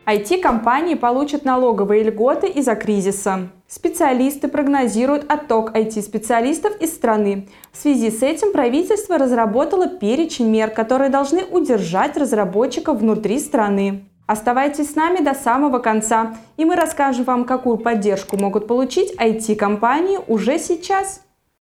IT-компании получат налоговые льготы из-за кризиса. Специалисты прогнозируют отток IT-специалистов из страны. В связи с этим правительство разработало перечень мер, которые должны удержать разработчиков внутри страны. Оставайтесь с нами до самого конца, и мы расскажем вам, какую поддержку могут получить IT-компании уже сейчас.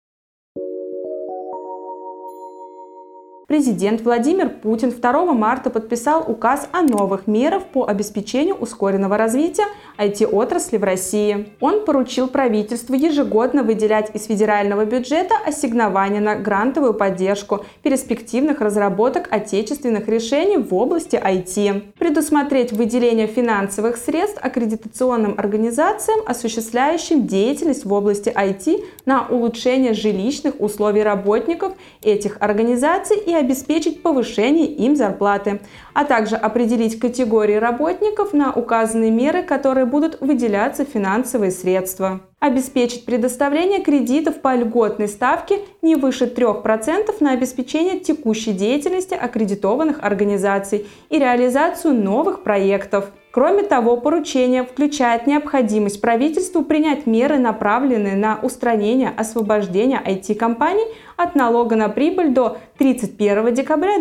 Президент Владимир Путин 2 марта подписал указ о новых мерах по обеспечению ускоренного развития IT-отрасли в России. Он поручил правительству ежегодно выделять из федерального бюджета ассигнования на грантовую поддержку перспективных разработок отечественных решений в области IT, предусмотреть выделение финансовых средств аккредитационным организациям, осуществляющим деятельность в области IT, на улучшение жилищных условий работников этих организаций и обеспечить повышение им зарплаты, а также определить категории работников, на указанные меры, которые будут выделяться финансовые средства. Обеспечить предоставление кредитов по льготной ставке не выше 3% на обеспечение текущей деятельности аккредитованных организаций и реализацию новых проектов. Кроме того, поручение включает необходимость правительству принять меры, направленные на устранение освобождения IT-компаний от налога на прибыль до 31 декабря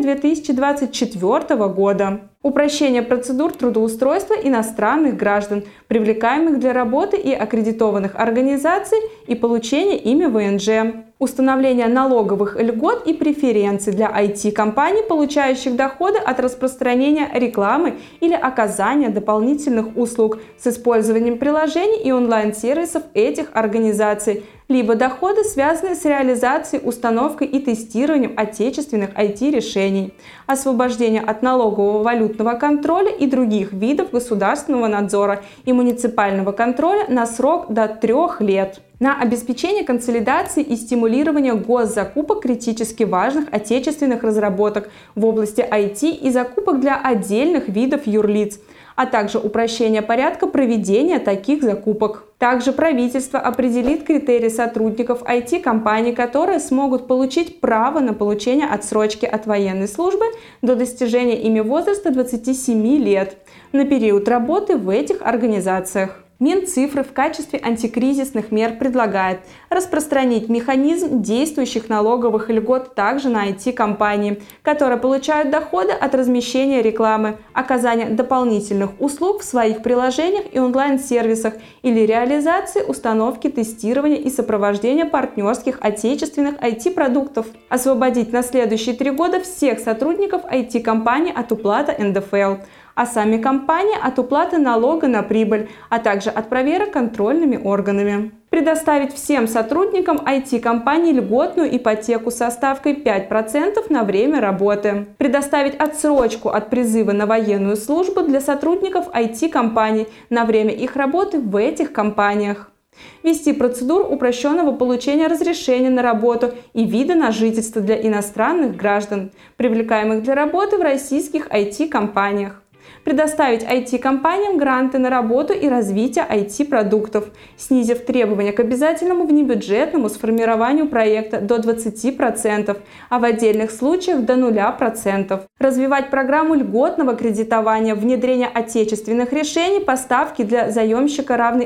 2024 года. Упрощение процедур трудоустройства иностранных граждан, привлекаемых для работы и аккредитованных организаций, и получения ими ВНЖ. Установление налоговых льгот и преференций для IT-компаний, получающих доходы от распространения рекламы или оказания дополнительных услуг с использованием приложений и онлайн-сервисов этих организаций, либо доходы, связанные с реализацией, установкой и тестированием отечественных IT-решений, освобождение от налогового валютного контроля и других видов государственного надзора и муниципального контроля на срок до 3 лет. На обеспечение консолидации и стимулирования госзакупок критически важных отечественных разработок в области IT и закупок для отдельных видов юрлиц, а также упрощение порядка проведения таких закупок. Также правительство определит критерии сотрудников IT-компаний, которые смогут получить право на получение отсрочки от военной службы до достижения ими возраста 27 лет на период работы в этих организациях. Минцифры в качестве антикризисных мер предлагает распространить механизм действующих налоговых льгот также на IT-компании, которые получают доходы от размещения рекламы, оказания дополнительных услуг в своих приложениях и онлайн-сервисах или реализации, установки, тестирования и сопровождения партнерских отечественных IT-продуктов. Освободить на следующие 3 года всех сотрудников IT-компаний от уплаты НДФЛ, а сами компании от уплаты налога на прибыль, а также от проверок контрольными органами. Предоставить всем сотрудникам IT-компаний льготную ипотеку со ставкой 5% на время работы. Предоставить отсрочку от призыва на военную службу для сотрудников IT-компаний на время их работы в этих компаниях. Ввести процедуру упрощенного получения разрешения на работу и вида на жительство для иностранных граждан, привлекаемых для работы в российских IT-компаниях. Предоставить IT-компаниям гранты на работу и развитие IT-продуктов, снизив требования к обязательному внебюджетному сформированию проекта до 20%, а в отдельных случаях до 0%. Развивать программу льготного кредитования, внедрения отечественных решений по ставке для заемщика равной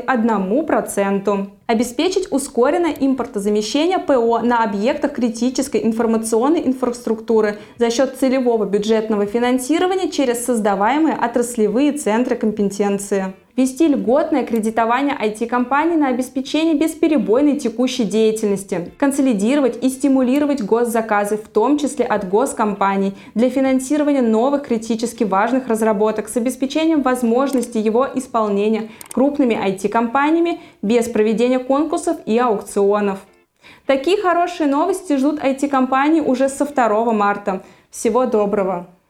1%. Обеспечить ускоренное импортозамещение ПО на объектах критической информационной инфраструктуры за счет целевого бюджетного финансирования через создаваемые отраслевые центры компетенции. Ввести льготное кредитование IT-компаний на обеспечение бесперебойной текущей деятельности. Консолидировать и стимулировать госзаказы, в том числе от госкомпаний, для финансирования новых критически важных разработок с обеспечением возможности его исполнения крупными IT-компаниями без проведения конкурсов и аукционов. Такие хорошие новости ждут IT-компании уже со 2 марта. Всего доброго!